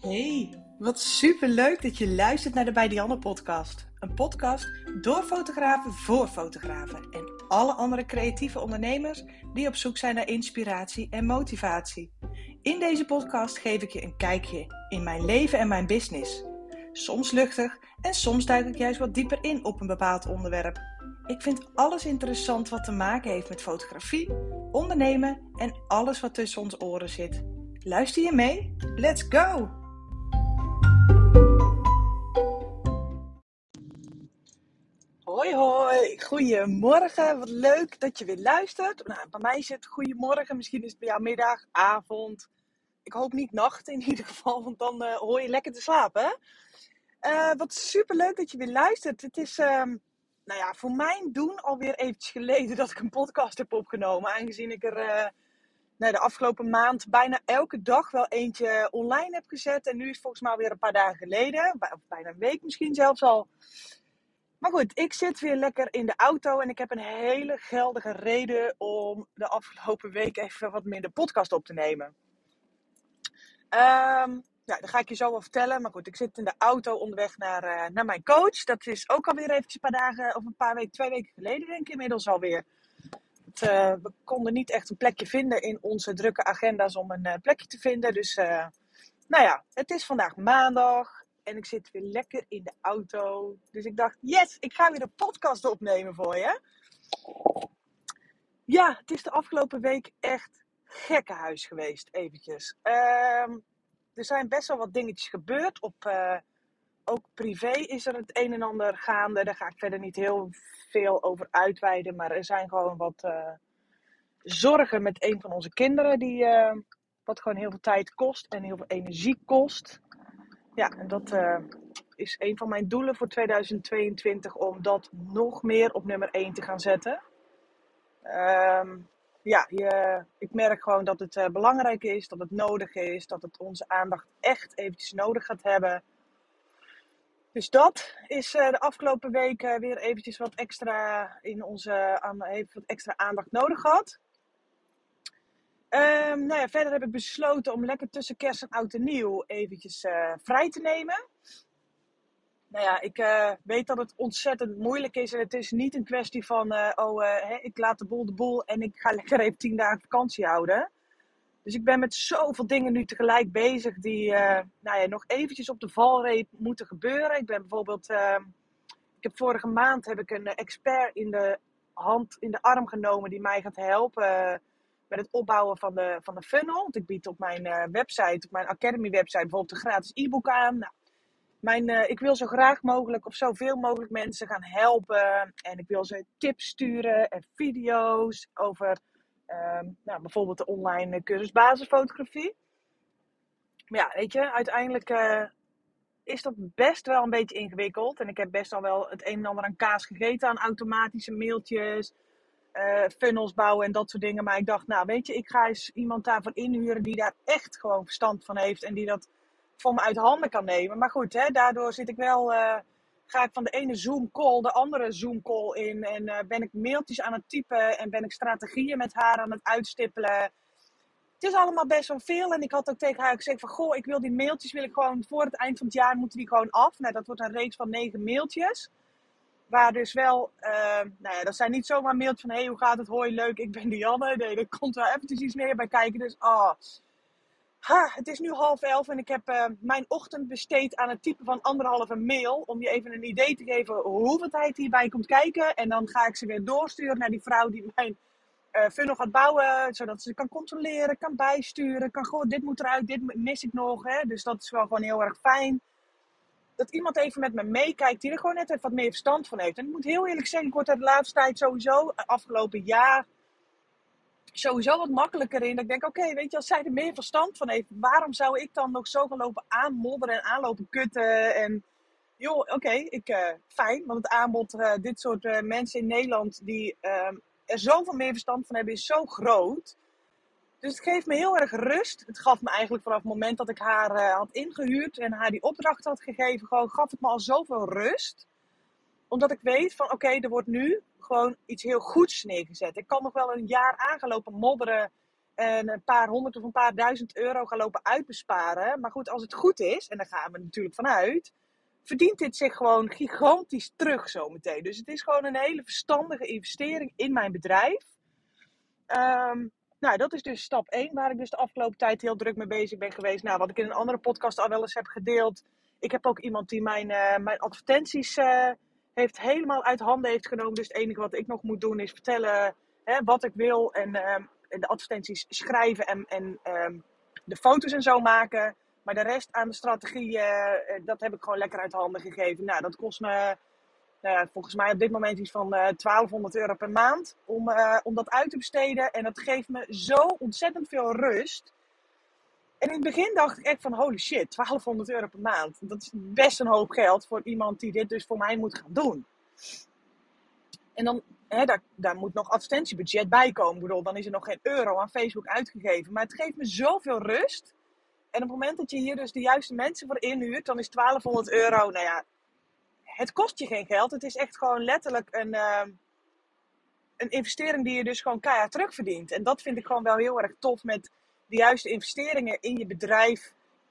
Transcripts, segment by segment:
Hey, wat superleuk dat je luistert naar de Bij Dianne podcast. Een podcast door fotografen voor fotografen en alle andere creatieve ondernemers die op zoek zijn naar inspiratie en motivatie. In deze podcast geef ik je een kijkje in mijn leven en mijn business. Soms luchtig en soms duik ik juist wat dieper in op een bepaald onderwerp. Ik vind alles interessant wat te maken heeft met fotografie, ondernemen en alles wat tussen ons oren zit. Luister je mee? Let's go! Hoi hoi, goedemorgen, wat leuk dat je weer luistert. Nou, bij mij is het goedemorgen, misschien is het bij jou middag, avond. Ik hoop niet nacht in ieder geval, want dan hoor je lekker te slapen. Wat super leuk dat je weer luistert. Het is voor mijn doen alweer eventjes geleden dat ik een podcast heb opgenomen. Aangezien ik er de afgelopen maand bijna elke dag wel eentje online heb gezet. En nu is het volgens mij weer een paar dagen geleden, of bijna een week misschien zelfs al. Maar goed, ik zit weer lekker in de auto en ik heb een hele geldige reden om de afgelopen week even wat minder podcast op te nemen. Dat ga ik je zo wel vertellen. Maar goed, ik zit in de auto onderweg naar mijn coach. Dat is ook alweer eventjes een paar dagen of een paar weken, 2 weken geleden denk ik inmiddels alweer. We konden niet echt een plekje vinden in onze drukke agenda's om een plekje te vinden. Dus het is vandaag maandag. En ik zit weer lekker in de auto. Dus ik dacht, yes, ik ga weer een podcast opnemen voor je. Ja, het is de afgelopen week echt gekkenhuis geweest, eventjes. Er zijn best wel wat dingetjes gebeurd. Ook privé is er het een en ander gaande. Daar ga ik verder niet heel veel over uitweiden. Maar er zijn gewoon wat zorgen met een van onze kinderen. Wat gewoon heel veel tijd kost en heel veel energie kost. Ja, en dat is een van mijn doelen voor 2022 om dat nog meer op nummer 1 te gaan zetten. Ik merk gewoon dat het belangrijk is, dat het nodig is, dat het onze aandacht echt eventjes nodig gaat hebben. Dus dat is de afgelopen week weer eventjes wat extra heeft wat extra aandacht nodig gehad. Verder heb ik besloten om lekker tussen kerst en oud en nieuw eventjes vrij te nemen. Ik weet dat het ontzettend moeilijk is en het is niet een kwestie van ik laat de boel en ik ga lekker even 10 dagen vakantie houden. Dus ik ben met zoveel dingen nu tegelijk bezig die nog eventjes op de valreep moeten gebeuren. Ik ben bijvoorbeeld, vorige maand heb ik een expert in de arm genomen die mij gaat helpen met het opbouwen van de funnel. Want ik bied op mijn website, op mijn Academy website bijvoorbeeld een gratis e-book aan. Ik wil zo graag mogelijk of zoveel mogelijk mensen gaan helpen. En ik wil ze tips sturen en video's over bijvoorbeeld de online cursus basisfotografie. Maar ja, weet je, uiteindelijk is dat best wel een beetje ingewikkeld. En ik heb best al wel het een en ander aan kaas gegeten aan automatische mailtjes, funnels bouwen en dat soort dingen. Maar ik dacht, weet je, ik ga eens iemand daarvoor inhuren die daar echt gewoon verstand van heeft en die dat voor me uit handen kan nemen. Maar goed, daardoor zit ik wel, ga ik van de ene Zoom call de andere Zoom call in. En ben ik mailtjes aan het typen en ben ik strategieën met haar aan het uitstippelen. Het is allemaal best wel veel. En ik had ook tegen haar gezegd van, ik wil die mailtjes, gewoon voor het eind van het jaar moeten die gewoon af. Nou, dat wordt een reeks van 9 mailtjes. Waar dus wel, dat zijn niet zomaar mailtjes van, hey, hoe gaat het? Hoi, leuk, ik ben Dianne. Nee, er komt wel eventjes iets meer bij kijken. Dus, het is nu 10:30 en ik heb mijn ochtend besteed aan het typen van 1,5 mail. Om je even een idee te geven hoeveel tijd hierbij komt kijken. En dan ga ik ze weer doorsturen naar die vrouw die mijn funnel gaat bouwen. Zodat ze kan controleren, kan bijsturen. Dit moet eruit, dit mis ik nog. Hè? Dus dat is wel gewoon heel erg fijn. Dat iemand even met me meekijkt die er gewoon net even wat meer verstand van heeft. En ik moet heel eerlijk zeggen, ik word er de laatste tijd sowieso, afgelopen jaar, sowieso wat makkelijker in. Dat ik denk, oké, weet je, als zij er meer verstand van heeft, waarom zou ik dan nog zo gaan lopen aanmodderen en aanlopen kutten? En joh, fijn, want het aanbod, dit soort mensen in Nederland die er zoveel meer verstand van hebben, is zo groot. Dus het geeft me heel erg rust. Het gaf me eigenlijk vanaf het moment dat ik haar had ingehuurd en haar die opdracht had gegeven, gaf het me al zoveel rust. Omdat ik weet van er wordt nu gewoon iets heel goeds neergezet. Ik kan nog wel een jaar aangelopen modderen en een paar honderd of een paar duizend euro gaan lopen uitbesparen. Maar goed, als het goed is, en daar gaan we natuurlijk vanuit, verdient dit zich gewoon gigantisch terug zometeen. Dus het is gewoon een hele verstandige investering in mijn bedrijf. Nou, dat is dus stap 1, waar ik dus de afgelopen tijd heel druk mee bezig ben geweest. Nou, wat ik in een andere podcast al wel eens heb gedeeld. Ik heb ook iemand die mijn advertenties heeft helemaal uit handen heeft genomen. Dus het enige wat ik nog moet doen is vertellen wat ik wil. En de advertenties schrijven en de foto's en zo maken. Maar de rest aan de strategie, dat heb ik gewoon lekker uit handen gegeven. Nou, dat kost me volgens mij op dit moment iets van 1200 euro per maand om dat uit te besteden. En dat geeft me zo ontzettend veel rust. En in het begin dacht ik echt van holy shit, 1200 euro per maand. Dat is best een hoop geld voor iemand die dit dus voor mij moet gaan doen. En dan, daar moet nog advertentiebudget bij komen. Ik bedoel, dan is er nog geen euro aan Facebook uitgegeven. Maar het geeft me zoveel rust. En op het moment dat je hier dus de juiste mensen voor inhuurt, dan is 1200 euro, nou ja, het kost je geen geld. Het is echt gewoon letterlijk een investering die je dus gewoon keihard terugverdient. En dat vind ik gewoon wel heel erg tof met de juiste investeringen in je bedrijf.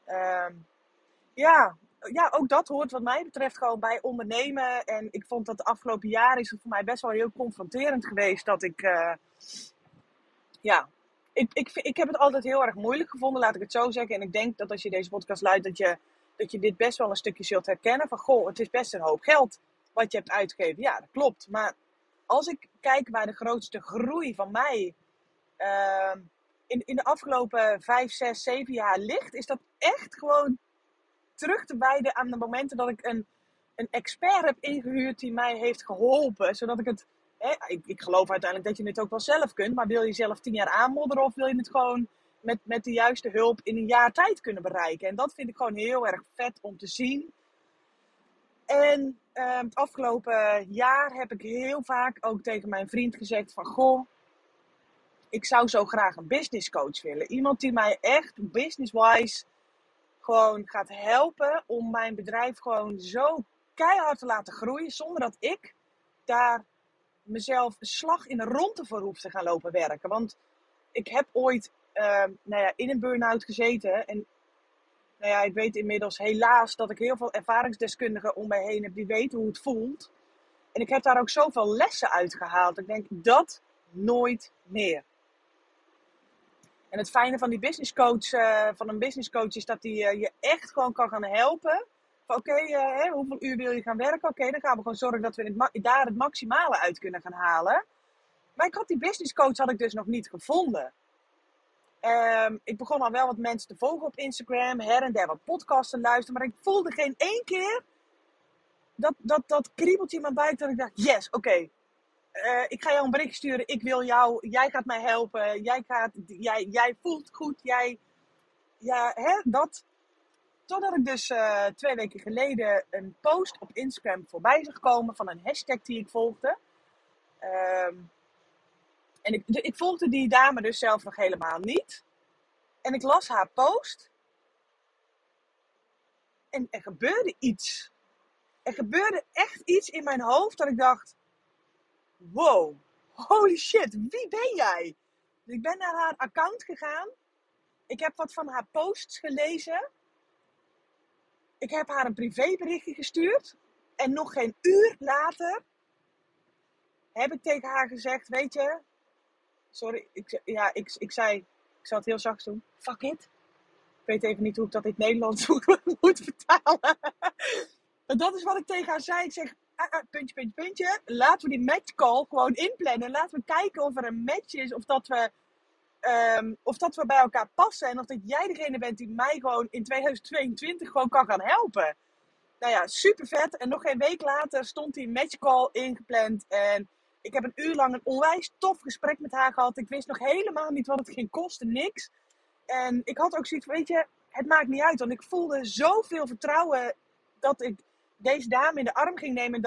Ja, ook dat hoort wat mij betreft gewoon bij ondernemen. En ik vond dat de afgelopen jaren is het voor mij best wel heel confronterend geweest. Dat ik, ik heb het altijd heel erg moeilijk gevonden, laat ik het zo zeggen. En ik denk dat als je deze podcast luistert, dat je dit best wel een stukje zult herkennen. Van goh, het is best een hoop geld wat je hebt uitgegeven. Ja, dat klopt. Maar als ik kijk waar de grootste groei van mij in de afgelopen 5, 6, 7 jaar ligt, is dat echt gewoon terug te wijden aan de momenten dat ik een expert heb ingehuurd die mij heeft geholpen. Zodat ik het, ik geloof uiteindelijk dat je het ook wel zelf kunt, maar wil je zelf 10 jaar aanmodderen of wil je het gewoon met de juiste hulp in een jaar tijd kunnen bereiken? En dat vind ik gewoon heel erg vet om te zien. En het afgelopen jaar heb ik heel vaak ook tegen mijn vriend gezegd van goh, ik zou zo graag een business coach willen. Iemand die mij echt business-wise gewoon gaat helpen om mijn bedrijf gewoon zo keihard te laten groeien. Zonder dat ik daar mezelf een slag in de ronde voor hoef te gaan lopen werken. Want ik heb ooit in een burn-out gezeten. En ik weet inmiddels helaas dat ik heel veel ervaringsdeskundigen om mij heen heb die weten hoe het voelt. En ik heb daar ook zoveel lessen uit gehaald. Ik denk, dat nooit meer. En het fijne van die van een business coach is dat die je echt gewoon kan gaan helpen. Van oké, hoeveel uur wil je gaan werken? Oké, dan gaan we gewoon zorgen dat we daar het maximale uit kunnen gaan halen. Maar ik had die business coach dus nog niet gevonden. Ik begon al wel wat mensen te volgen op Instagram, her en der wat podcasts te luisteren. Maar ik voelde geen één keer dat kriebeltje in mijn buik dat ik dacht, yes, oké. Ik ga jou een bericht sturen. Ik wil jou. Jij gaat mij helpen. Jij voelt goed. Dat. Totdat ik dus 2 weken geleden een post op Instagram voorbij zag komen van een hashtag die ik volgde. En ik volgde die dame dus zelf nog helemaal niet. En ik las haar post. En er gebeurde iets. Er gebeurde echt iets in mijn hoofd dat ik dacht, wow, holy shit, wie ben jij? Dus ik ben naar haar account gegaan. Ik heb wat van haar posts gelezen. Ik heb haar een privéberichtje gestuurd. En nog geen uur later heb ik tegen haar gezegd, weet je, sorry, ik zei, ik zal het heel zacht doen, fuck it. Ik weet even niet hoe ik dat in het Nederlands moet vertalen. En dat is wat ik tegen haar zei. Ik zeg, puntje. Laten we die match call gewoon inplannen. Laten we kijken of er een match is. Of dat we bij elkaar passen. En of dat jij degene bent die mij gewoon in 2022 gewoon kan gaan helpen. Nou ja, super vet. En nog geen week later stond die match call ingepland. En ik heb een uur lang een onwijs tof gesprek met haar gehad. Ik wist nog helemaal niet wat het ging kosten. Niks. En ik had ook zoiets van, weet je, het maakt niet uit. Want ik voelde zoveel vertrouwen dat ik deze dame in de arm ging nemen.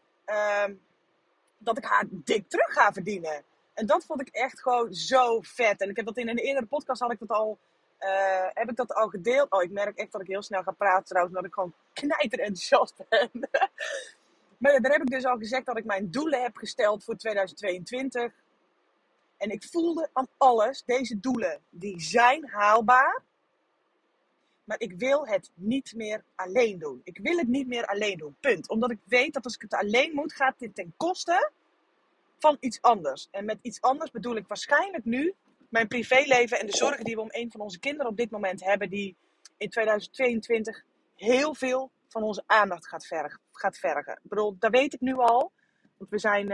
Dat ik haar dik terug ga verdienen. En dat vond ik echt gewoon zo vet. En ik heb dat in een eerdere podcast heb ik dat al gedeeld. Oh, ik merk echt dat ik heel snel ga praten trouwens. Omdat ik gewoon knijter enthousiast ben. Maar daar heb ik dus al gezegd dat ik mijn doelen heb gesteld voor 2022. En ik voelde aan alles, deze doelen, die zijn haalbaar. Maar ik wil het niet meer alleen doen. Ik wil het niet meer alleen doen, punt. Omdat ik weet dat als ik het alleen moet, gaat dit ten koste van iets anders. En met iets anders bedoel ik waarschijnlijk nu mijn privéleven en de zorgen die we om een van onze kinderen op dit moment hebben, die in 2022 heel veel van onze aandacht gaat vergen. Ik bedoel, dat weet ik nu al. Want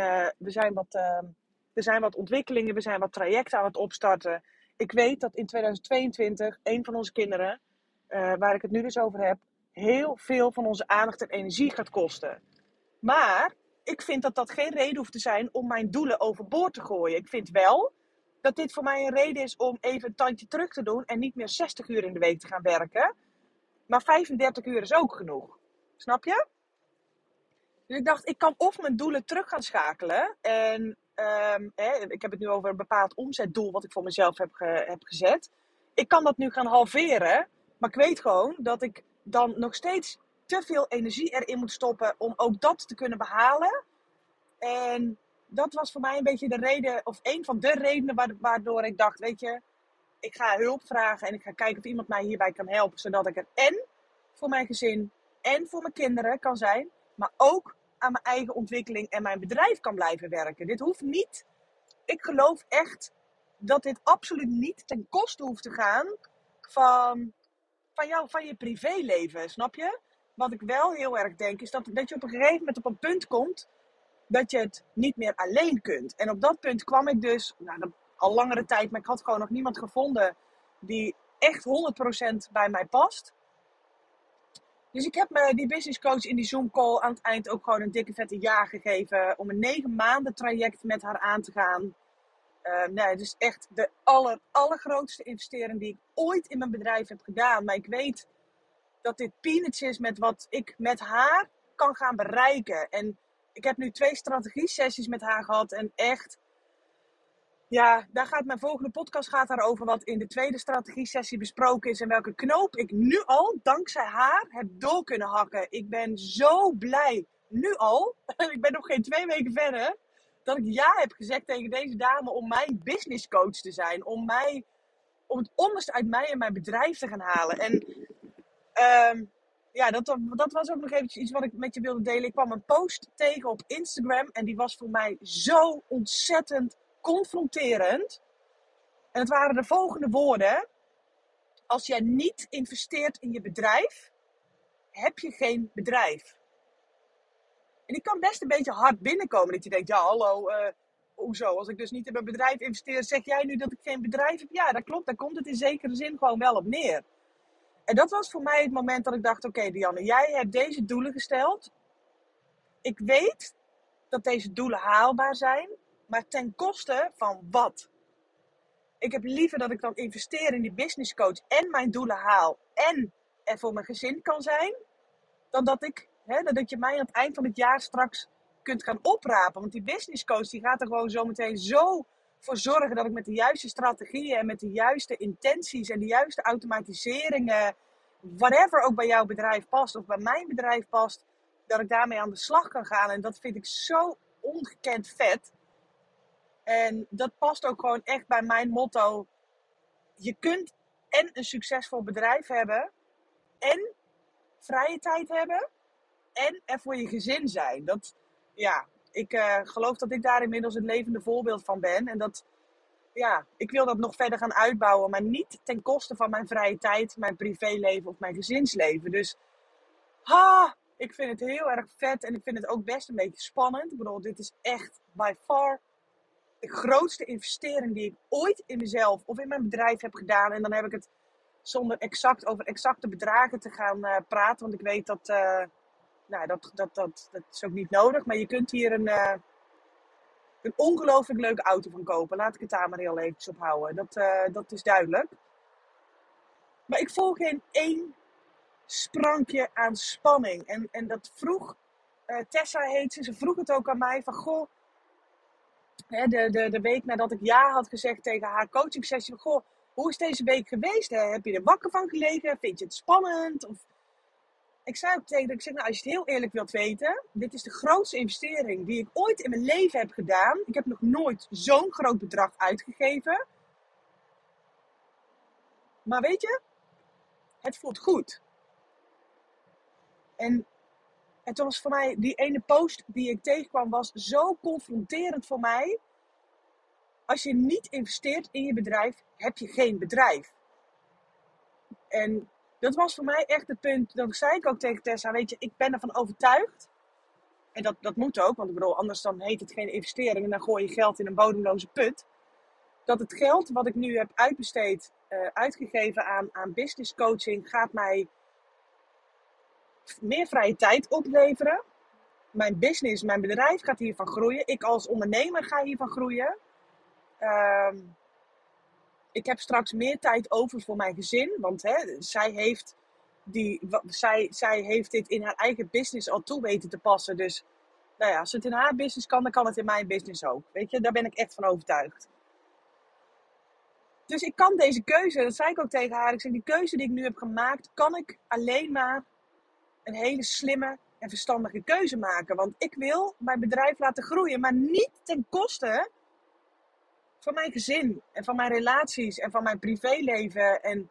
er zijn wat ontwikkelingen, we zijn wat trajecten aan het opstarten. Ik weet dat in 2022 een van onze kinderen, waar ik het nu dus over heb, heel veel van onze aandacht en energie gaat kosten. Maar ik vind dat dat geen reden hoeft te zijn om mijn doelen overboord te gooien. Ik vind wel dat dit voor mij een reden is om even een tandje terug te doen en niet meer 60 uur in de week te gaan werken. Maar 35 uur is ook genoeg. Snap je? Dus ik dacht, ik kan of mijn doelen terug gaan schakelen. En ik heb het nu over een bepaald omzetdoel wat ik voor mezelf heb gezet. Ik kan dat nu gaan halveren. Maar ik weet gewoon dat ik dan nog steeds te veel energie erin moet stoppen om ook dat te kunnen behalen. En dat was voor mij een beetje de reden, of een van de redenen waardoor ik dacht, weet je, ik ga hulp vragen en ik ga kijken of iemand mij hierbij kan helpen. Zodat ik er en voor mijn gezin en voor mijn kinderen kan zijn, maar ook aan mijn eigen ontwikkeling en mijn bedrijf kan blijven werken. Dit hoeft niet, ik geloof echt dat dit absoluut niet ten koste hoeft te gaan van je privéleven, snap je? Wat ik wel heel erg denk is dat je op een gegeven moment op een punt komt dat je het niet meer alleen kunt. En op dat punt kwam ik dus, al langere tijd, maar ik had gewoon nog niemand gevonden die echt 100% bij mij past. Dus ik heb me die business coach in die Zoom call aan het eind ook gewoon een dikke vette ja gegeven om een 9 maanden traject met haar aan te gaan. Het is echt de allergrootste investering die ik ooit in mijn bedrijf heb gedaan. Maar ik weet dat dit peanuts is met wat ik met haar kan gaan bereiken. En ik heb nu 2 strategie-sessies met haar gehad. En echt, ja, daar gaat mijn volgende podcast over wat in de tweede strategie-sessie besproken is. En welke knoop ik nu al, dankzij haar, heb door kunnen hakken. Ik ben zo blij, nu al, ik ben nog geen 2 weken verder, dat ik ja heb gezegd tegen deze dame om mijn business coach te zijn. Om het onderste uit mij en mijn bedrijf te gaan halen. En dat was ook nog eventjes iets wat ik met je wilde delen. Ik kwam een post tegen op Instagram en die was voor mij zo ontzettend confronterend. En het waren de volgende woorden: als jij niet investeert in je bedrijf, heb je geen bedrijf. En die kan best een beetje hard binnenkomen. Dat je denkt, ja hallo, hoezo? Als ik dus niet in mijn bedrijf investeer, zeg jij nu dat ik geen bedrijf heb? Ja, dat klopt. Daar komt het in zekere zin gewoon wel op neer. En dat was voor mij het moment dat ik dacht, oké, Dianne, jij hebt deze doelen gesteld. Ik weet dat deze doelen haalbaar zijn, maar ten koste van wat? Ik heb liever dat ik dan investeer in die business coach en mijn doelen haal en er voor mijn gezin kan zijn, dan dat je mij aan het eind van het jaar straks kunt gaan oprapen. Want die business coach die gaat er gewoon zometeen zo voor zorgen dat ik met de juiste strategieën en met de juiste intenties en de juiste automatiseringen, whatever ook bij jouw bedrijf past of bij mijn bedrijf past, dat ik daarmee aan de slag kan gaan. En dat vind ik zo ongekend vet. En dat past ook gewoon echt bij mijn motto. Je kunt en een succesvol bedrijf hebben en vrije tijd hebben en er voor je gezin zijn. Ik geloof dat ik daar inmiddels het levende voorbeeld van ben. En ik wil dat nog verder gaan uitbouwen, maar niet ten koste van mijn vrije tijd, mijn privéleven of mijn gezinsleven. Dus ik vind het heel erg vet en ik vind het ook best een beetje spannend. Ik bedoel, dit is echt by far de grootste investering die ik ooit in mezelf of in mijn bedrijf heb gedaan. En dan heb ik het zonder over exacte bedragen te gaan praten, want ik weet dat dat is ook niet nodig. Maar je kunt hier een ongelooflijk leuke auto van kopen. Laat ik het daar maar heel eventjes op houden. Dat is duidelijk. Maar ik voel geen één sprankje aan spanning. En dat vroeg, Tessa heet ze vroeg het ook aan mij van, goh, de week nadat ik ja had gezegd tegen haar coaching sessie, goh, hoe is deze week geweest? Heb je er wakker van gelegen? Vind je het spannend? Of Ik zei ook tegen haar, ik zeg, nou, als je het heel eerlijk wilt weten, dit is de grootste investering die ik ooit in mijn leven heb gedaan. Ik heb nog nooit zo'n groot bedrag uitgegeven. Maar weet je, het voelt goed. En het was voor mij, die ene post die ik tegenkwam, was zo confronterend voor mij. Als je niet investeert in je bedrijf, heb je geen bedrijf. En dat was voor mij echt het punt, dat zei ik ook tegen Tessa, weet je, ik ben ervan overtuigd. En dat moet ook, want ik bedoel, anders dan heet het geen investering en dan gooi je geld in een bodemloze put. Dat het geld wat ik nu heb uitbesteed, uitgegeven aan business coaching, gaat mij meer vrije tijd opleveren. Mijn business, mijn bedrijf gaat hiervan groeien. Ik als ondernemer ga hiervan groeien. Ik heb straks meer tijd over voor mijn gezin. Want zij heeft dit in haar eigen business al toe weten te passen. Dus nou ja, als het in haar business kan, dan kan het in mijn business ook. Weet je, daar ben ik echt van overtuigd. Dus ik kan deze keuze, dat zei ik ook tegen haar. Ik zeg, die keuze die ik nu heb gemaakt, kan ik alleen maar een hele slimme en verstandige keuze maken. Want ik wil mijn bedrijf laten groeien, maar niet ten koste van mijn gezin. En van mijn relaties en van mijn privéleven. En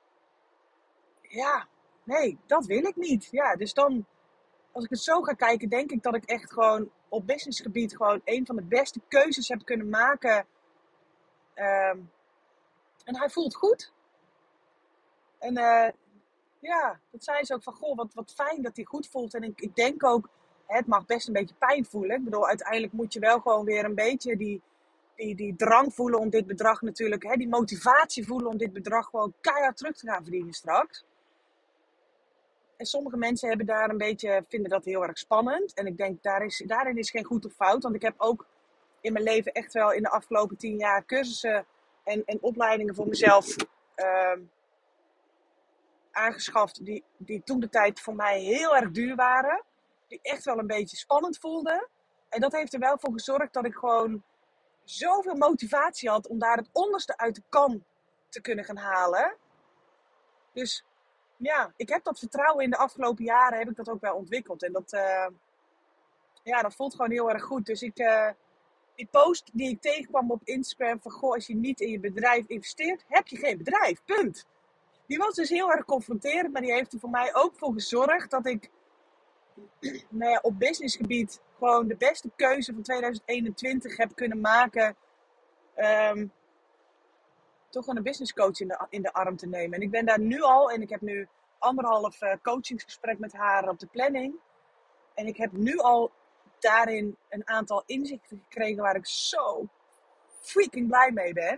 ja, nee, dat wil ik niet. Ja, dus dan, als ik het zo ga kijken, denk ik dat ik echt gewoon op businessgebied gewoon een van de beste keuzes heb kunnen maken. En hij voelt goed. En ja, dat zei ze ook van, goh, wat fijn dat hij goed voelt. En ik denk ook, het mag best een beetje pijn voelen. Ik bedoel, uiteindelijk moet je wel gewoon weer een beetje die drang voelen om dit bedrag natuurlijk, die motivatie voelen om dit bedrag gewoon keihard terug te gaan verdienen straks. En sommige mensen vinden dat heel erg spannend. En ik denk, daarin is geen goed of fout. Want ik heb ook in mijn leven echt wel in de afgelopen 10 jaar cursussen en opleidingen voor mezelf aangeschaft die toen de tijd voor mij heel erg duur waren. Die echt wel een beetje spannend voelden. En dat heeft er wel voor gezorgd dat ik gewoon zoveel motivatie had om daar het onderste uit de kan te kunnen gaan halen. Dus ja, ik heb dat vertrouwen in de afgelopen jaren heb ik dat ook wel ontwikkeld. En dat voelt gewoon heel erg goed. Dus die post die ik tegenkwam op Instagram van, goh, als je niet in je bedrijf investeert, heb je geen bedrijf. Punt. Die was dus heel erg confronterend, maar die heeft er voor mij ook voor gezorgd dat ik op businessgebied gewoon de beste keuze van 2021 heb kunnen maken. Toch een businesscoach in de arm te nemen. En ik ben daar nu al, en ik heb nu 1,5 coachingsgesprek met haar op de planning. En ik heb nu al daarin een aantal inzichten gekregen waar ik zo freaking blij mee ben.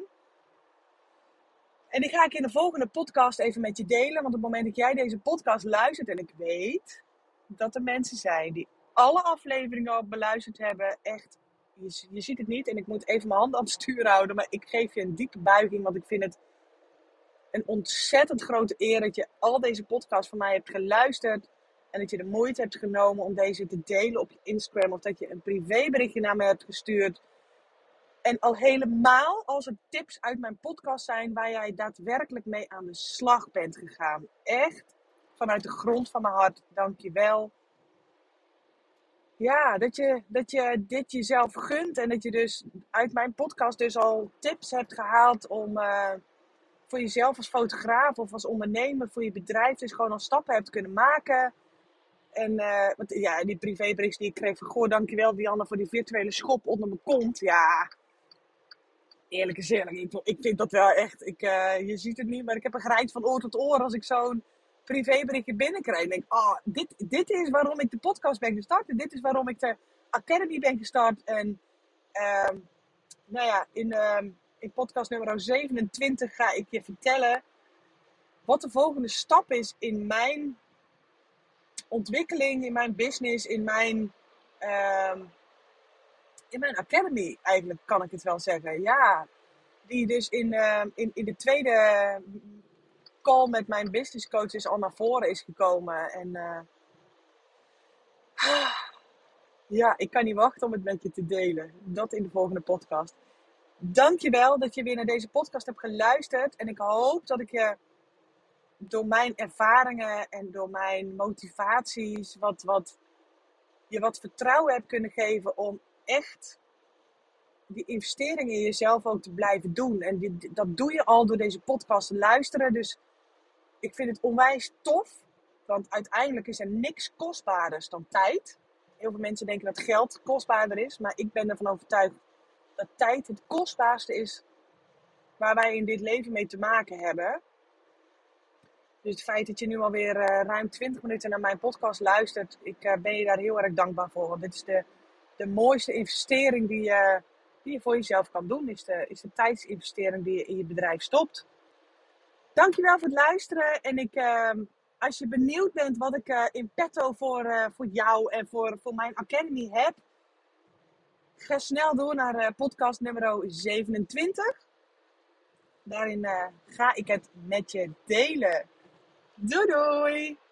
En die ga ik in de volgende podcast even met je delen. Want op het moment dat jij deze podcast luistert, en ik weet dat er mensen zijn die alle afleveringen al beluisterd hebben. Echt, je ziet het niet en ik moet even mijn hand aan het stuur houden. Maar ik geef je een diepe buiging, want ik vind het een ontzettend grote eer dat je al deze podcast van mij hebt geluisterd. En dat je de moeite hebt genomen om deze te delen op je Instagram. Of dat je een privéberichtje naar me hebt gestuurd. En al helemaal als er tips uit mijn podcast zijn waar jij daadwerkelijk mee aan de slag bent gegaan. Echt, vanuit de grond van mijn hart, dank je wel. Ja, dat je dit jezelf gunt en dat je dus uit mijn podcast dus al tips hebt gehaald om voor jezelf als fotograaf of als ondernemer, voor je bedrijf dus gewoon al stappen hebt kunnen maken. En die privébericht die ik kreeg van, goh, dankjewel Dianne voor die virtuele schop onder mijn kont. Ja, eerlijk is eerlijk, ik vind dat wel echt, je ziet het niet, maar ik heb een grijns van oor tot oor als ik zo'n privéberichtje binnenkrijg. Ik denk, dit is waarom ik de podcast ben gestart en dit is waarom ik de Academy ben gestart. En in podcast nummer 27 ga ik je vertellen wat de volgende stap is in mijn ontwikkeling, in mijn business, in mijn Academy eigenlijk, kan ik het wel zeggen. Ja, die dus in de tweede call met mijn business coaches al naar voren is gekomen. En ja, ik kan niet wachten om het met je te delen. Dat in de volgende podcast. Dankjewel dat je weer naar deze podcast hebt geluisterd. En ik hoop dat ik je door mijn ervaringen en door mijn motivaties je wat vertrouwen hebt kunnen geven om echt die investering in jezelf ook te blijven doen. En dat doe je al door deze podcast te luisteren. Dus ik vind het onwijs tof. Want uiteindelijk is er niks kostbaarders dan tijd. Heel veel mensen denken dat geld kostbaarder is. Maar ik ben ervan overtuigd dat tijd het kostbaarste is waar wij in dit leven mee te maken hebben. Dus het feit dat je nu alweer ruim 20 minuten naar mijn podcast luistert. Ik ben je daar heel erg dankbaar voor. Want dit is de mooiste investering die je voor jezelf kan doen. Is de tijdsinvestering die je in je bedrijf stopt. Dankjewel voor het luisteren. En als je benieuwd bent wat ik in petto voor jou en voor mijn Academy heb. Ga snel door naar podcast nummer 27. Daarin ga ik het met je delen. Doei doei!